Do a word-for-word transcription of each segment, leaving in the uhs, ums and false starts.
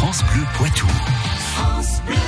France Bleu Poitou. France Bleu.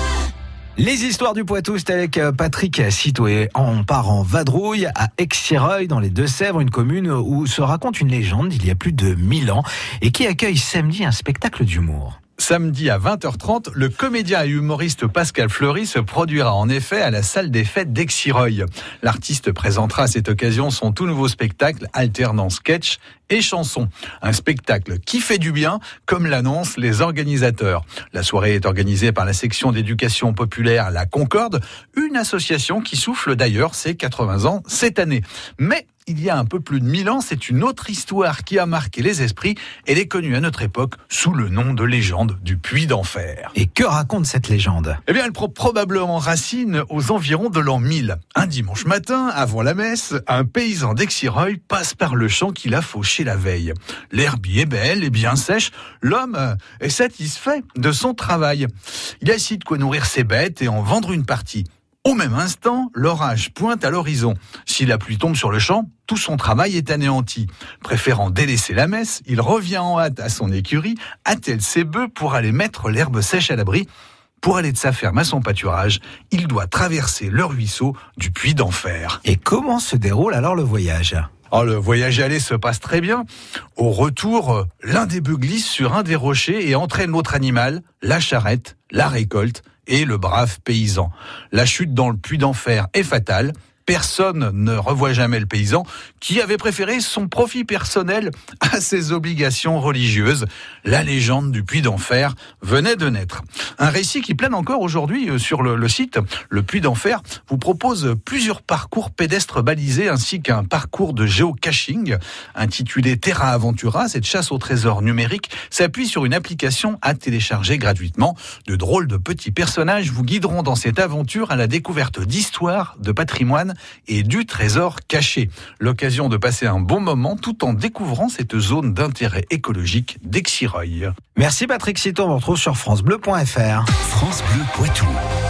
Les histoires du Poitou, c'est avec Patrick Citeaux et on part en vadrouille à Exireuil dans les Deux-Sèvres, une commune où se raconte une légende d'il y a plus de mille ans et qui accueille samedi un spectacle d'humour. Samedi à vingt heures trente, le comédien et humoriste Pascal Fleury se produira en effet à la salle des fêtes d'Exireuil. L'artiste présentera à cette occasion son tout nouveau spectacle alternant sketch et chansons. Un spectacle qui fait du bien, comme l'annoncent les organisateurs. La soirée est organisée par la section d'éducation populaire La Concorde, une association qui souffle d'ailleurs ses quatre-vingts ans cette année. Mais il y a un peu plus de mille ans, c'est une autre histoire qui a marqué les esprits. Elle est connue à notre époque sous le nom de légende du Puy d'Enfer. Et que raconte cette légende ? Eh bien, elle prend probablement racine aux environs de l'an mille. Un dimanche matin, avant la messe, un paysan d'Exireuil passe par le champ qu'il a fauché la veille. L'herbe y est belle et bien sèche. L'homme est satisfait de son travail. Il a ici de quoi nourrir ses bêtes et en vendre une partie. Au même instant, l'orage pointe à l'horizon. Si la pluie tombe sur le champ, tout son travail est anéanti. Préférant délaisser la messe, il revient en hâte à son écurie, attelle ses bœufs pour aller mettre l'herbe sèche à l'abri. Pour aller de sa ferme à son pâturage, il doit traverser le ruisseau du Puy d'Enfer. Et comment se déroule alors le voyage ? Oh, le voyage aller se passe très bien. Au retour, l'un des bœufs glisse sur un des rochers et entraîne l'autre animal, la charrette, la récolte et le brave paysan. La chute dans le Puy d'Enfer est fatale. Personne ne revoit jamais le paysan qui avait préféré son profit personnel à ses obligations religieuses. La légende du Puy d'Enfer venait de naître. Un récit qui plane encore aujourd'hui sur le, le site. Le Puy d'Enfer vous propose plusieurs parcours pédestres balisés ainsi qu'un parcours de géocaching intitulé Terra Aventura. Cette chasse au trésor numérique s'appuie sur une application à télécharger gratuitement. De drôles de petits personnages vous guideront dans cette aventure à la découverte d'histoires, de patrimoine et du trésor caché. L'occasion de passer un bon moment tout en découvrant cette zone d'intérêt écologique d'Exireuil. Merci Patrick Citeaux, on vous retrouve sur francebleu point f r. France Bleu Poitou.